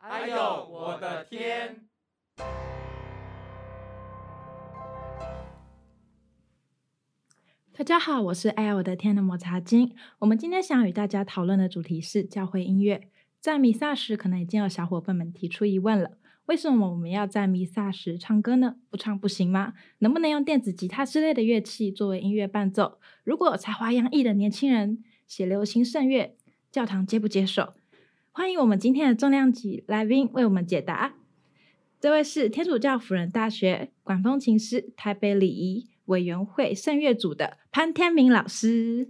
哎呦我的天！ 大家好，我是哎呀我的天的抹茶精。我们今天想与大家讨论的主题是教会音乐。在弥撒时，可能已经有小伙伴们提出疑问了：为什么我们要在弥撒时唱歌呢？不唱不行吗？能不能用电子吉他之类的乐器作为音乐伴奏？如果有才华洋溢的年轻人写流行圣乐，教堂接不接受？欢迎我们今天的重量级来宾为我们解答。这位是天主教辅仁大学管风琴师、台北礼仪委员会圣乐组的潘天明老师。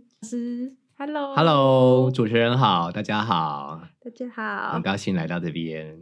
Hello， 主持人好，大家好， 大家好， 很高兴来到这边。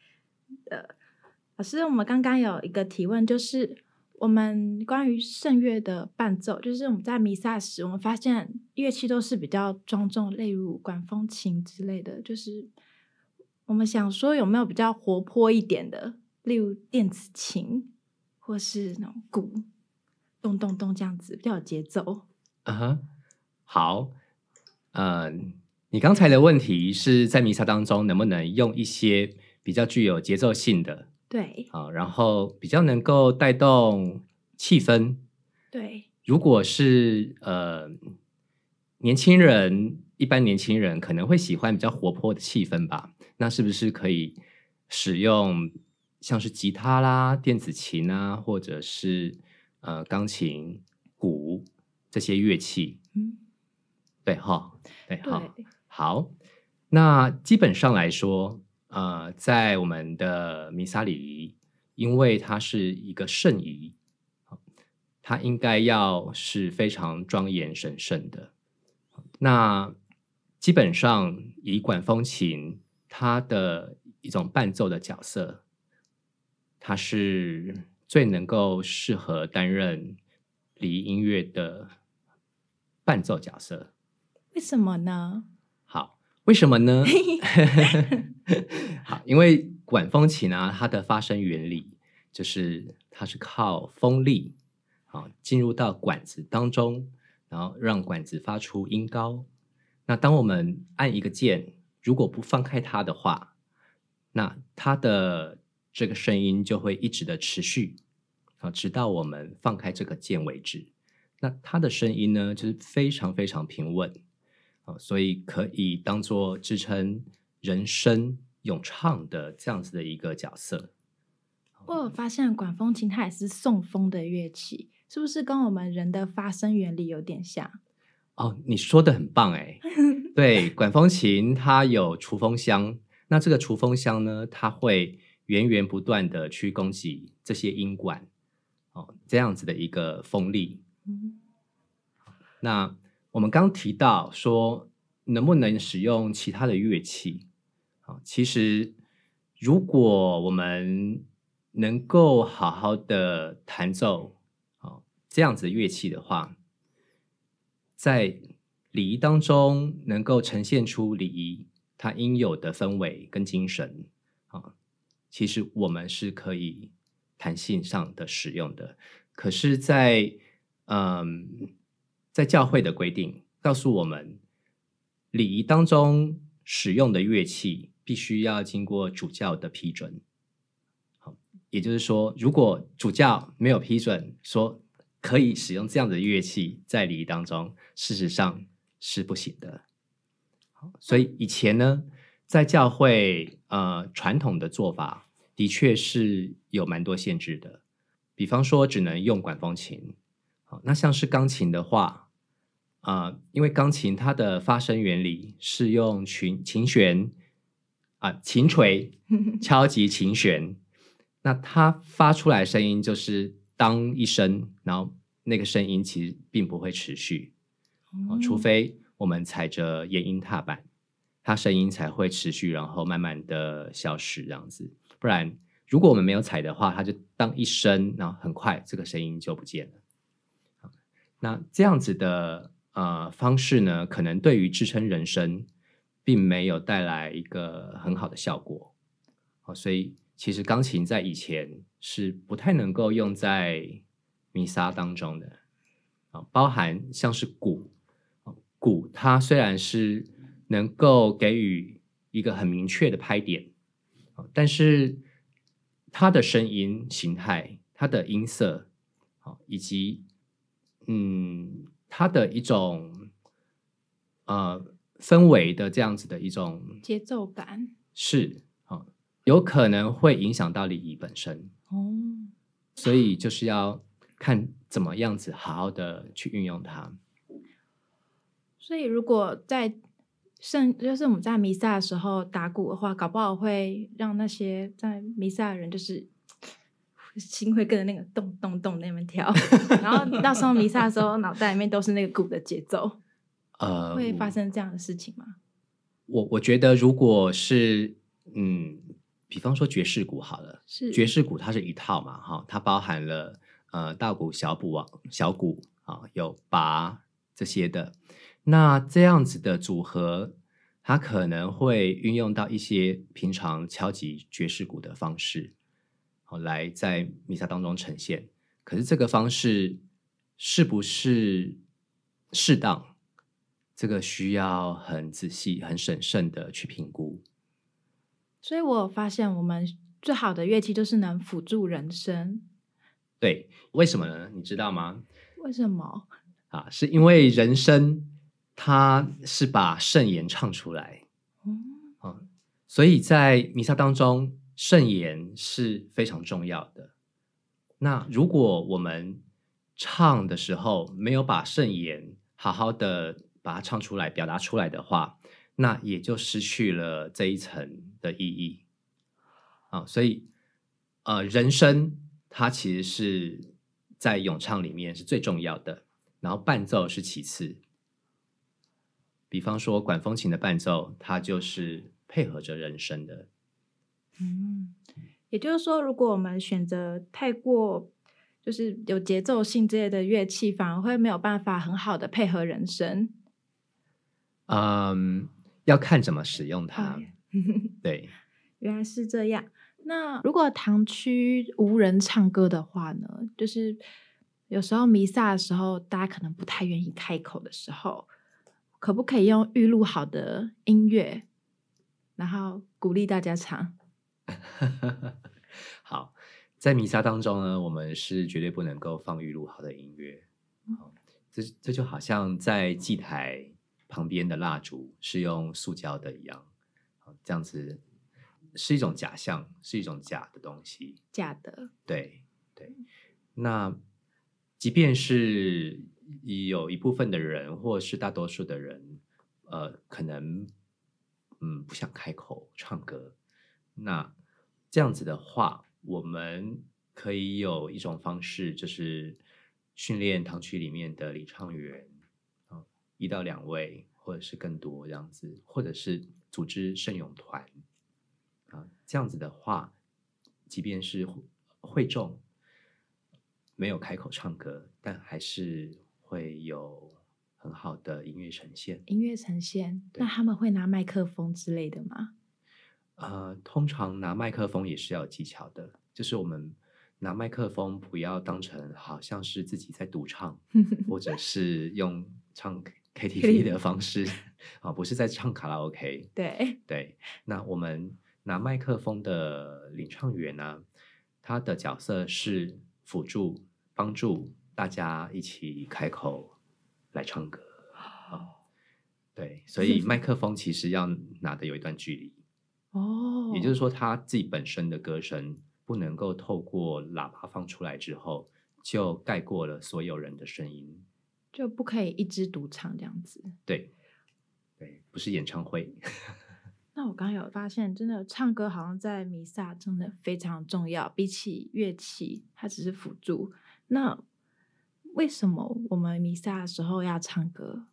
老师，我们刚刚有一个提问，就是我们关于圣乐的伴奏，就是我们在弥撒时，我们发现乐器都是比较庄重，例如管风琴之类的，就是我们想说有没有比较活泼一点的，例如电子琴或是那种鼓，咚咚咚这样子比较有节奏。 好，你刚才的问题是在弥撒当中能不能用一些比较具有节奏性的， 对， 然后比较能够带动气氛。 对， 如果是年轻人，一般年轻人可能会喜欢比较活泼的气氛吧，那是不是可以使用像是吉他啦、电子琴啊，或者是钢琴、鼓这些乐器？对哈，对哈，好。那基本上来说，在我们的弥撒礼仪，因为它是一个圣仪，它应该要是非常庄严神圣的。那基本上以管风琴它的一种伴奏的角色，它是最能够适合担任礼仪音乐的伴奏角色。 为什么呢？ 好，为什么呢？好，因为管风琴啊，它的发声原理就是它是靠风力进入到管子当中，然后让管子发出音高。那当我们按一个键，如果不放开它的话，那它的这个声音就会一直的持续直到我们放开这个键为止。那它的声音呢，就是非常非常平稳所以可以当作支撑人声咏唱的这样子的一个角色。 我有发现管风琴它也是送风的乐器，是不是跟我们人的发声原理有点像？ 你说的很棒哎。对，管风琴它有除风箱，那这个除风箱呢，它会源源不断的去供给这些音管这样子的一个风力。那我们刚提到说能不能使用其他的乐器其实如果我们能够好好的弹奏这样子的乐器的话，在礼仪当中能够呈现出礼仪它应有的氛围跟精神其实我们是可以弹性上的使用的。可是在教会的规定告诉我们，礼仪当中使用的乐器必须要经过主教的批准。也就是说，如果主教没有批准说可以使用这样的乐器在礼仪当中，事实上是不行的。所以以前呢，在教会传统的做法的确是有蛮多限制的，比方说只能用管风琴。那像是钢琴的话因为钢琴它的发声原理是用琴弦琴锤敲击琴弦，那它发出来的声音就是当一声，然后那个声音其实并不会持续除非我们踩着延音踏板，它声音才会持续，然后慢慢的消失这样子。不然如果我们没有踩的话，它就当一声，然后很快这个声音就不见了。那这样子的方式呢，可能对于支撑人声并没有带来一个很好的效果所以其实钢琴在以前是不太能够用在弥撒当中的包含像是鼓它虽然是能够给予一个很明确的拍点但是它的声音形态、它的音色，以及它的一种氛围的这样子的一种节奏感是有可能会影响到礼仪本身哦， 所以就是要看怎么样子好好的去运用它。 所以如果就是我们在弥撒的时候打鼓的话，搞不好会让那些在弥撒的人就是心会跟着那个咚咚咚那边跳，然后到时候弥撒的时候脑袋里面都是那个鼓的节奏，会发生这样的事情吗？ 我觉得如果是比方说爵士鼓好了， 是爵士鼓它是一套嘛，它包含了大鼓、小鼓有拔这些的。那这样子的组合，它可能会运用到一些平常敲击爵士鼓的方式，来在弥撒当中呈现。可是这个方式是不是适当？这个需要很仔细、很审慎的去评估。 所以我有发现，我们最好的乐器就是能辅助人声。 对，为什么呢？你知道吗？ 为什么？ 是因为人声它是把圣言唱出来，所以在弥撒当中，圣言是非常重要的。那如果我们唱的时候没有把圣言好好的把它唱出来、表达出来的话，那也就失去了这一层的意义所以人声它其实是在咏唱里面是最重要的，然后伴奏是其次。比方说管风琴的伴奏，它就是配合着人声的。 也就是说，如果我们选择太过就是有节奏性之类的乐器，反而会没有办法很好的配合人声。 要看怎么使用它。对， 原来是这样。那如果堂区无人唱歌的话呢？就是有时候弥撒的时候，大家可能不太愿意开口的时候，可不可以用预录好的音乐，然后鼓励大家唱？ 好，在弥撒当中呢，我们是绝对不能够放预录好的音乐。这就好像在祭台旁边的蜡烛是用塑胶的一样，这样子是一种假象，是一种假的东西。 假的。 对。那即便是有一部分的人，或是大多数的人，可能不想开口唱歌，那这样子的话，我们可以有一种方式，就是训练堂区里面的领唱员，1到2位，或者是更多这样子，或者是组织圣咏团这样子的话，即便是会众没有开口唱歌，但还是会有很好的音乐呈现。 音乐呈现，那他们会拿麦克风之类的吗？ 通常拿麦克风也是要有技巧的，就是我们拿麦克风不要当成好像是自己在独唱，或者是用唱 KTV 的方式不是在唱卡拉 OK。对，那我们拿麦克风的领唱员呢，他的角色是辅助、帮助大家一起开口来唱歌。对，所以麦克风其实要拿的有一段距离。也就是说，他自己本身的歌声不能够透过喇叭放出来之后，就盖过了所有人的声音， 就不可以一枝独唱这样子。 对，不是演唱会。 那我刚刚有发现，真的唱歌好像在弥撒真的非常重要，比起乐器，它只是辅助。那为什么我们弥撒的时候要唱歌？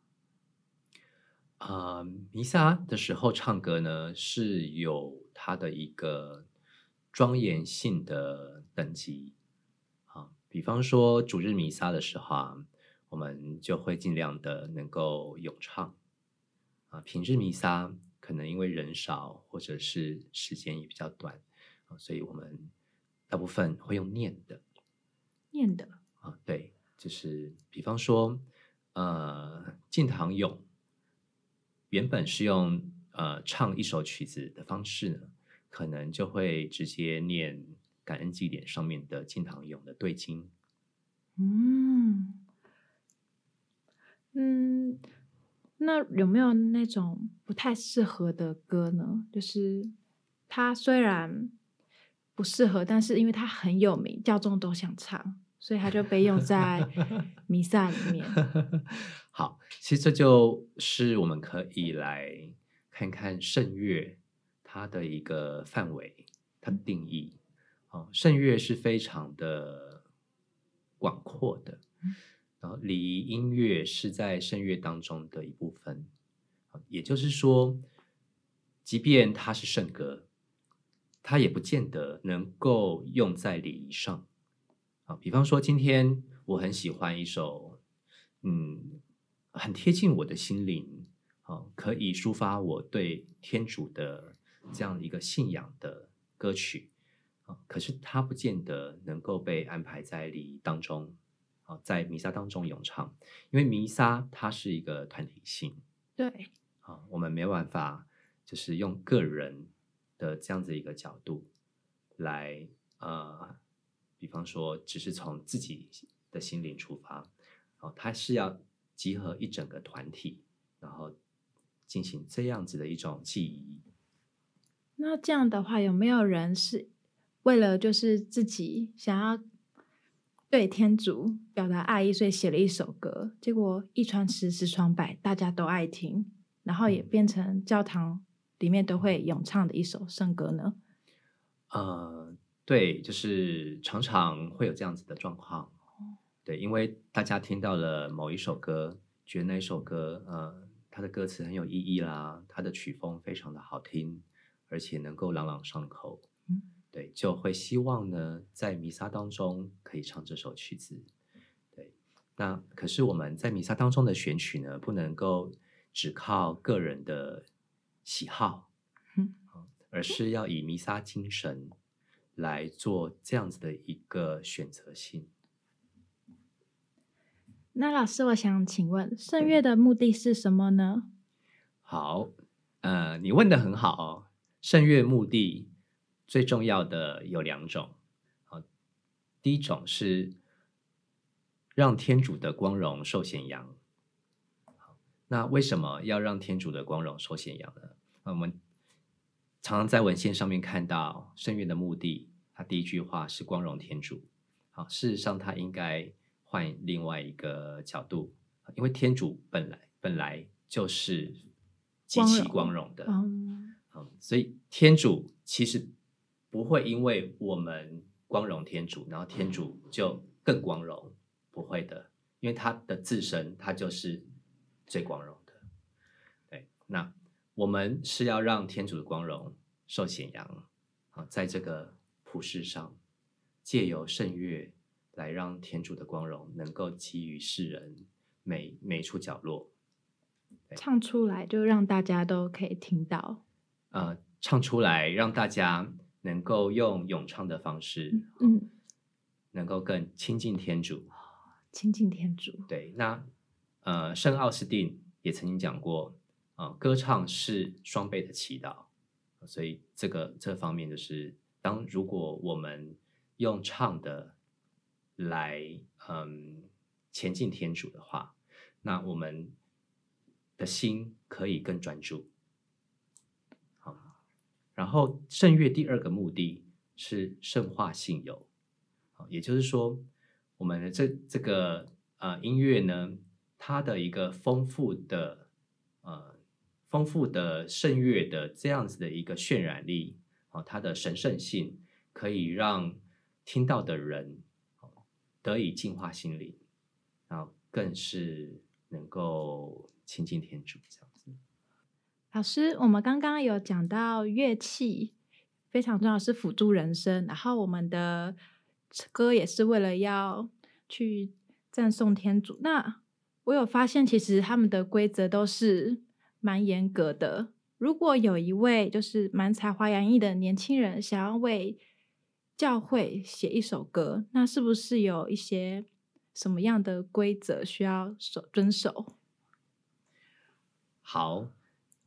弥撒的时候唱歌呢，是有它的一个庄严性的等级比方说主日弥撒的时候我们就会尽量的能够咏唱平日弥撒可能因为人少或者是时间也比较短所以我们大部分会用念的对，就是比方说进堂咏原本是用唱一首曲子的方式呢， 可能就会直接念感恩祭典上面的金堂咏的对经。 那有没有那种不太适合的歌呢？就是它虽然不适合，但是因为它很有名，教众都想唱，所以它就被用在弥撒里面。 好，其实这就是我们可以来看看圣乐它的一个范围，它的定义。圣乐是非常的广阔的，然后礼仪音乐是在圣乐当中的一部分。也就是说，即便它是圣歌，它也不见得能够用在礼仪上。比方说今天我很喜欢一首很贴近我的心灵，可以抒发我对天主的这样一个信仰的歌曲，可是它不见得能够被安排在礼仪当中，在弥撒当中咏唱，因为弥撒它是一个团体性， 对， 我们没有办法就是用个人的这样子一个角度来比方说只是从自己的心灵出发，它是要集合一整个团体，然后进行这样子的一种记忆。 那这样的话，有没有人是为了就是自己想要对天主表达爱意，所以写了一首歌，结果一传十，十传百，大家都爱听，然后也变成教堂里面都会咏唱的一首圣歌呢？ 对，就是常常会有这样子的状况。对，因为大家听到了某一首歌，觉得那一首歌它的歌词很有意义啦，它的曲风非常的好听，而且能够朗朗上口。对，就会希望呢在弥撒当中可以唱这首曲子。对，那可是我们在弥撒当中的选曲呢，不能够只靠个人的喜好，而是要以弥撒精神来做这样子的一个选择性。 那老师，我想请问，圣乐的目的是什么呢？ 好，你问得很好哦。圣乐目的最重要的有2种，第一种是让天主的光荣受显扬。那为什么要让天主的光荣受显扬呢？我们常常在文献上面看到圣乐的目的，它第一句话是光荣天主。事实上它应该换另外一个角度，因为天主本来就是极其光荣的，所以天主其实不会因为我们光荣天主，然后天主就更光荣，不会的，因为他的自身他就是最光荣的。对，那我们是要让天主的光荣受显扬，在这个普世上，借由圣乐来让天主的光荣能够给予世人每一处角落， 唱出来就让大家都可以听到。 唱出来让大家能够用咏唱的方式，能够更亲近天主。 亲近天主。对， 那圣奥斯定也曾经讲过，歌唱是双倍的祈祷，所以这方面就是如果我们用唱的来前进天主的话，那我们的心可以更专注。然后圣乐第2个目的是圣化信友，也就是说我们的这个音乐呢，它的一个丰富的圣乐的这样子的一个渲染力，它的神圣性可以让听到的人得以净化心灵，然后更是能够亲近天主这样子。 老师，我们刚刚有讲到乐器非常重要，是辅助人声，然后我们的歌也是为了要去赞颂天主。那我有发现，其实他们的规则都是蛮严格的。如果有一位就是蛮才华洋溢的年轻人想要为教会写一首歌，那是不是有一些什么样的规则需要遵守？ 好，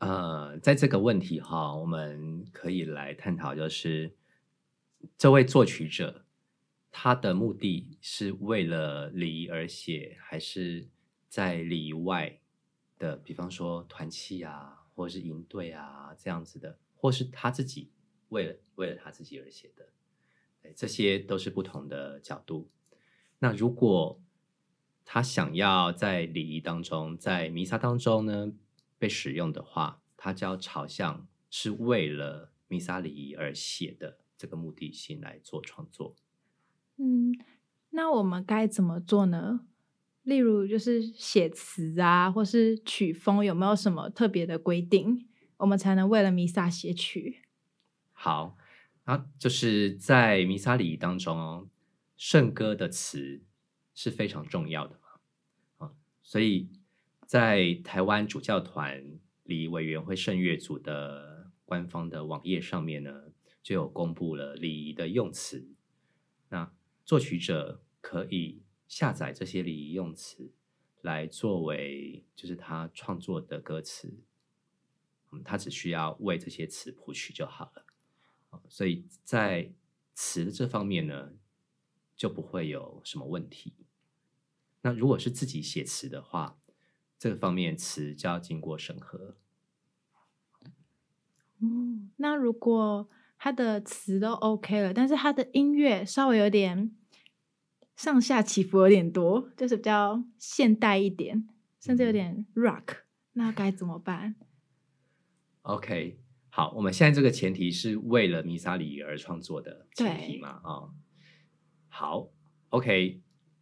在这个问题哈，我们可以来探讨，就是这位作曲者他的目的是为了礼仪而写，还是在礼仪外的，比方说团契啊，或是营队啊这样子的，或是他自己为了他自己而写的，这些都是不同的角度。那如果他想要在礼仪当中，在弥撒当中呢被使用的话，他就要朝向是为了弥撒礼仪而写的这个目的性来做创作。 那我们该怎么做呢？例如就是写词啊，或是曲风，有没有什么特别的规定，我们才能为了弥撒写曲？ 好，就是在弥撒礼仪当中哦，圣歌的词是非常重要的嘛，所以在台湾主教团礼仪委员会圣乐组的官方的网页上面呢，就有公布了礼仪的用词。那作曲者可以下载这些礼仪用词来作为就是他创作的歌词，他只需要为这些词谱曲就好了。所以在词的这方面呢，就不会有什么问题。那如果是自己写词的话，这个方面词就要经过审核。 那如果他的词都 OK 了，但是他的音乐稍微有点上下起伏有点多，就是比较现代一点，甚至有点 rock，那该怎么办？ OK， 好，我们现在这个前提是为了弥撒礼仪而创作的前提嘛？好 ，OK，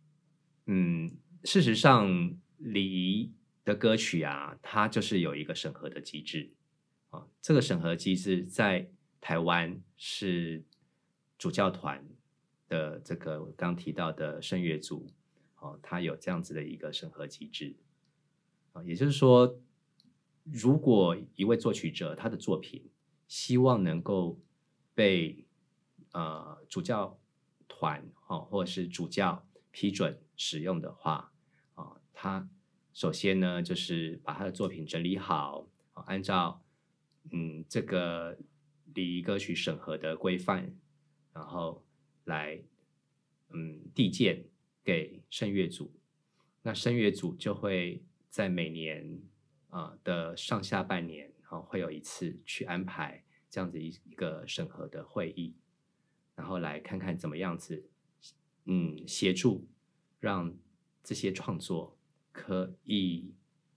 事实上礼仪的歌曲啊，它就是有一个审核的机制啊，这个审核机制在台湾是主教团的这个我刚提到的圣乐组，它有这样子的一个审核机制啊，也就是说，如果一位作曲者他的作品希望能够被主教团或者是主教批准使用的话，他首先呢就是把他的作品整理好，按照这个礼仪歌曲审核的规范，然后来递件给圣乐组，那圣乐组就会在每年的上下半年会有一次去安排这样子一个审核的会议，然后来看看怎么样子协助让这些创作可以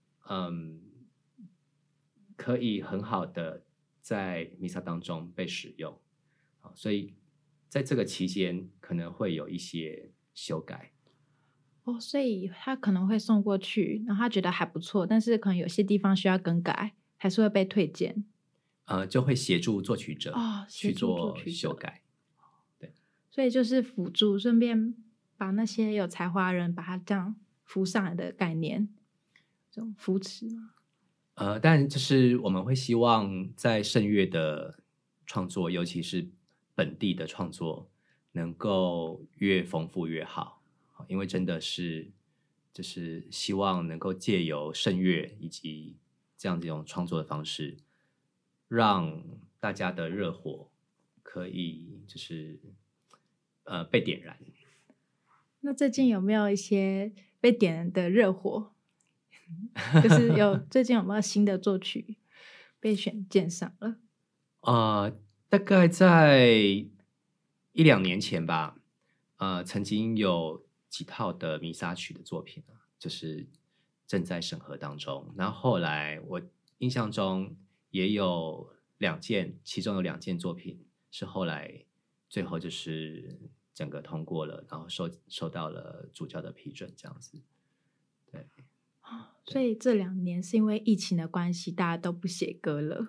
很好的在弥撒当中被使用，所以在这个期间可能会有一些修改。 所以他可能会送过去，然后他觉得还不错，但是可能有些地方需要更改，还是会被退件。 就会协助作曲者去做修改。对， 所以就是辅助，顺便把那些有才华的人把他这样扶上来的概念，这种扶持吗？ 但就是我们会希望在圣乐的创作，尤其是本地的创作，能够越丰富越好，因为真的是就是希望能够借由圣乐以及这样一种创作的方式，让大家的热火可以就是被点燃。 那最近有没有一些被点燃的热火？就是最近有没有新的作曲被选荐上了？ 大概在1-2年前吧，曾经有几套的弥撒曲的作品就是正在审核当中。然后后来我印象中也有2件，其中有2件作品是后来最后就是整个通过了，然后收到了主教的批准，这样子。对。 所以这2年是因为疫情的关系，大家都不写歌了。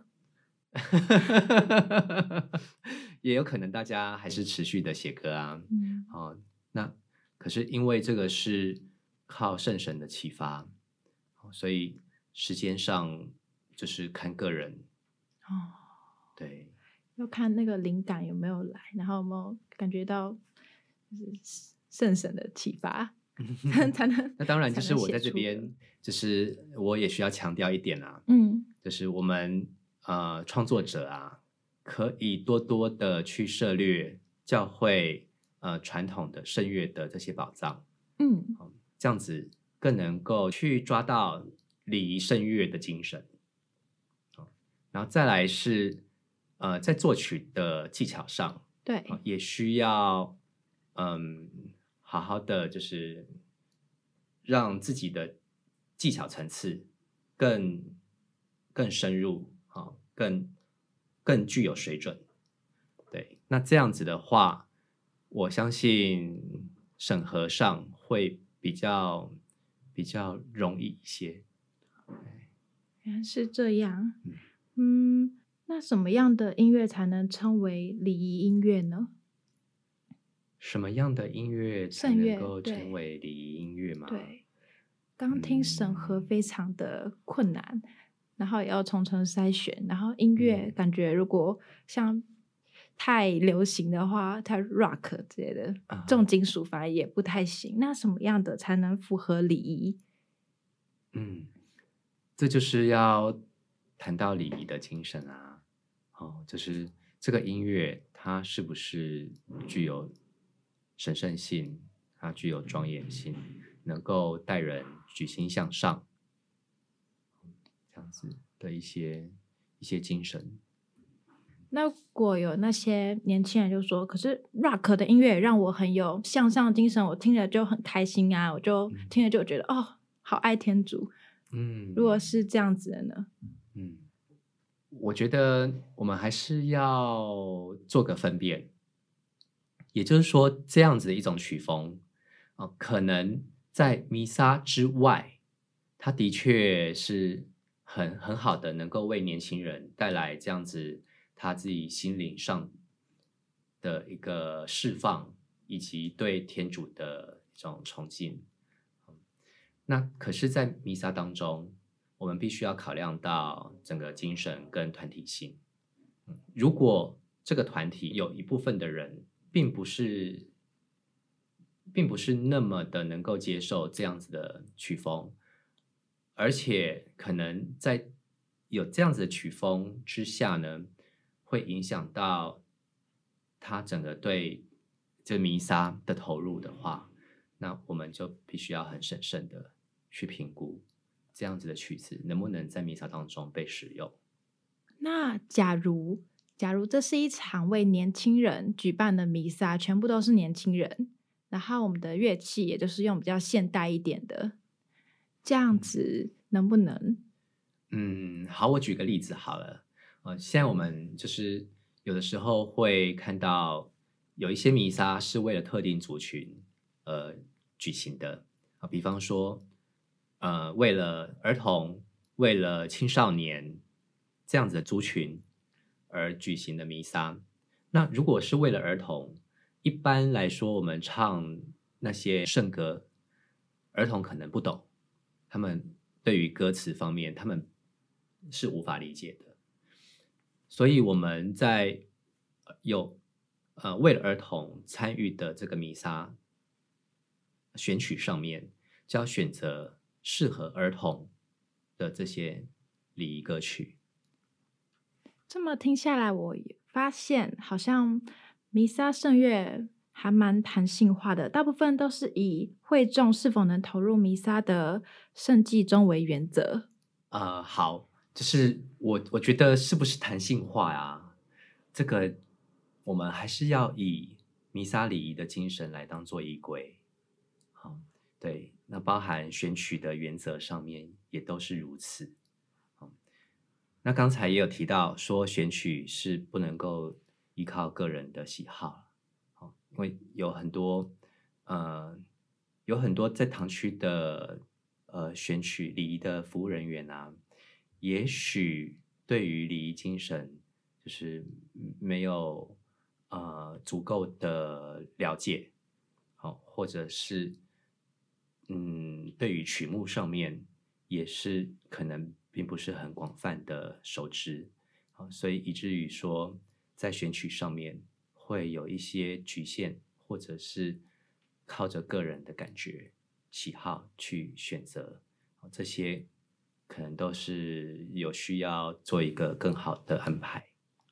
也有可能大家还是持续的写歌啊。那可是因为这个是靠圣神的启发，所以时间上就是看个人。对， 要看那个灵感有没有来，然后有没有感觉到就是圣神的启发。 才能。 那当然，就是我在这才能写出的边，就是我也需要强调一点啊，就是我们创作者啊，可以多多的去涉猎教会传统的圣乐的这些宝藏，这样子更能够去抓到礼仪圣乐的精神。然后再来是在作曲的技巧上， 对， 也需要好好的就是让自己的技巧层次更深入，更具有水准。对，那这样子的话，我相信审核上会比较容易一些。 原来是这样。那什么样的音乐才能称为礼仪音乐呢？ 什么样的音乐才圣乐能够对成为礼仪音乐吗？ 对，刚听审核非常的困难，然后也要重重筛选，然后音乐感觉如果像太流行的话，太 rock 之类的重金属反而也不太行。那什么样的才能符合礼仪？ 这就是要谈到礼仪的精神啊。就是这个音乐它是不是具有神圣性，它具有庄严性，能够带人举心向上，这样子的一些精神。 那如果有那些年轻人就说，可是 rock 的音乐让我很有向上的精神，我听着就很开心啊，我就听着就觉得好爱天主。如果是这样子的呢？ 我觉得我们还是要做个分辨，也就是说，这样子的一种曲风可能在弥撒之外，它的确是很好的，能够为年轻人带来这样子他自己心灵上的一个释放，以及对天主的一种崇敬。那可是，在弥撒当中，我们必须要考量到整个精神跟团体性。如果这个团体有一部分的人并不是那么的能够接受这样子的曲风，而且可能在有这样子的曲风之下呢，会影响到他整个对这弥撒的投入的话，那我们就必须要很审慎的去评估这样子的曲子能不能在弥撒当中被使用。 那假如这是一场为年轻人举办的弥撒，全部都是年轻人，然后我们的乐器也就是用比较现代一点的，这样子能不能？ 好，我举个例子好了。现在我们就是有的时候会看到有一些弥撒是为了特定族群举行的比方说为了儿童、为了青少年这样子的族群而举行的弥撒。那如果是为了儿童，一般来说我们唱那些圣歌，儿童可能不懂，他们对于歌词方面他们是无法理解的。所以我们在有为了儿童参与的这个弥撒选曲上面，就要选择适合儿童的这些礼仪歌曲。 这么听下来，我发现好像弥撒圣乐还蛮弹性化的，大部分都是以会众是否能投入弥撒的圣祭中为原则。 好，就是我觉得是不是弹性化啊？这个我们还是要以弥撒礼仪的精神来当做依归。好，对，那包含选曲的原则上面也都是如此。那刚才也有提到说，选曲是不能够依靠个人的喜好，因为有很多在堂区的选曲礼仪的服务人员啊，也许对于礼仪精神就是没有足够的了解，或者是对于曲目上面也是可能并不是很广泛的熟知，所以以至于说在选曲上面会有一些局限，或者是靠着个人的感觉喜好去选择，这些可能都是有需要做一个更好的安排。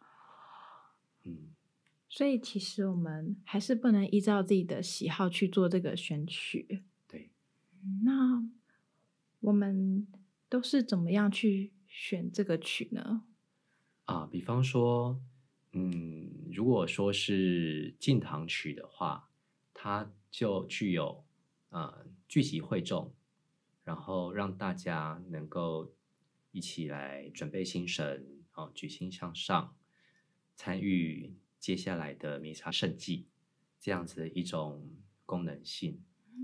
所以其实我们还是不能依照自己的喜好去做这个选曲。 对， 那我们都是怎么样去选这个曲呢？ 比方说，如果说是进堂曲的话，它就具有聚集会众，然后让大家能够一起来准备心神，举心向上，参与接下来的弥撒圣祭，这样子的一种功能性。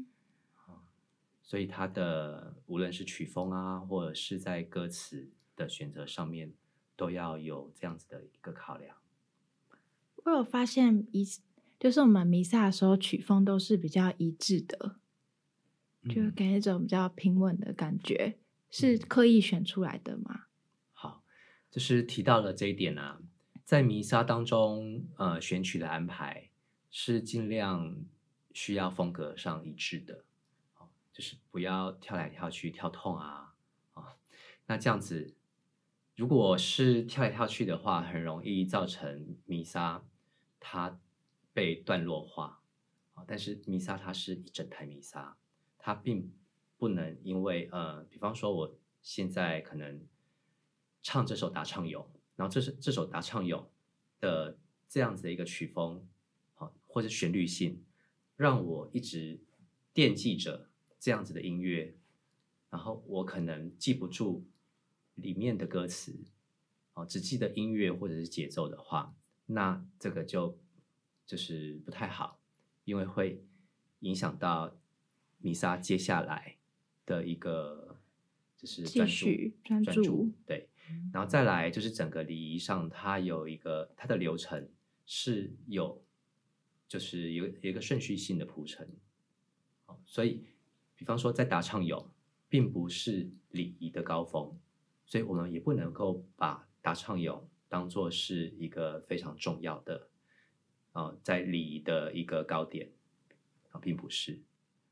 所以它的无论是曲风啊，或者是在歌词的选择上面，都要有这样子的一个考量。 我有发现就是我们弥撒的时候曲风都是比较一致的，就给一种比较平稳的感觉，是刻意选出来的吗？ 好，就是提到了这一点啊，在弥撒当中，选曲的安排是尽量需要风格上一致的，就是不要跳来跳去跳痛啊，那这样子，如果是跳来跳去的话，很容易造成弥撒它被段落化，但是弥撒它是一整台弥撒，它并不能因为比方说我现在可能唱这首答唱咏，然后这首答唱咏的这样子的一个曲风，或者旋律性，让我一直惦记着这样子的音乐，然后我可能记不住里面的歌词，只记得音乐或者是节奏的话，那这个就是不太好，因为会影响到弥撒接下来的一个就是专注，对。然后再来就是整个礼仪上，它有一个它的流程是就是有一个顺序性的铺陈，所以比方说在答唱咏并不是礼仪的高峰，所以我们也不能够把答唱咏当作是一个非常重要的在礼仪的一个高点，并不是。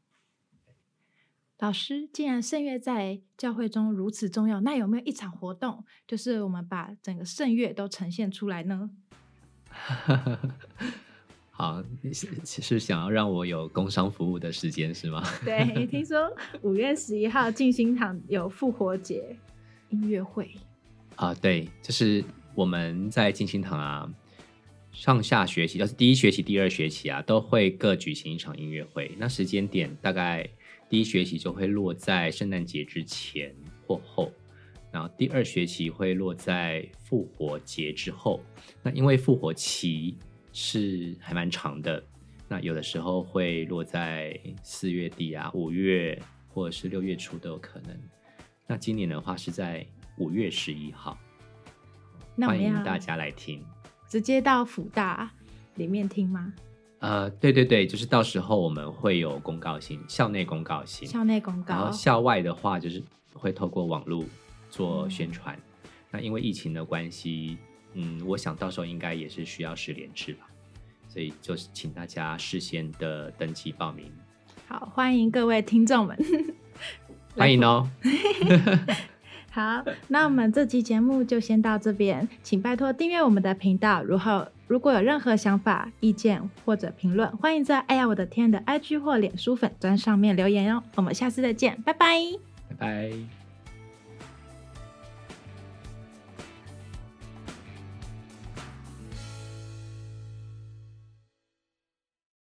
老师，既然圣乐在教会中如此重要，那有没有一场活动，就是我们把整个圣乐都呈现出来呢？ 好，是想要让我有工商服务的时间是吗？ 对，听说5月11号静心堂有复活节音乐会对，就是我们在静心堂啊，上下学期，就是第一学期、第二学期啊，都会各举行一场音乐会。那时间点大概第一学期就会落在圣诞节之前或后，然后第二学期会落在复活节之后。那因为复活期是还蛮长的，那有的时候会落在4月底啊、5月或者是6月初都有可能。那今年的话是在5月11号，欢迎大家来听。 直接到辅大里面听吗？ 对对对，就是到时候我们会有公告信，校内公告信，然后校外的话就是会透过网络做宣传。那因为疫情的关系，我想到时候应该也是需要实联制吧，所以就是请大家事先的登记报名。 好，欢迎各位听众们， 欢迎哦。 好，那我们这期节目就先到这边，请拜托订阅我们的频道。如果有任何想法、意见或者评论，欢迎在哎呀我的天的 IG 或脸书粉专上面留言哦。我们下次再见，拜拜， 拜拜。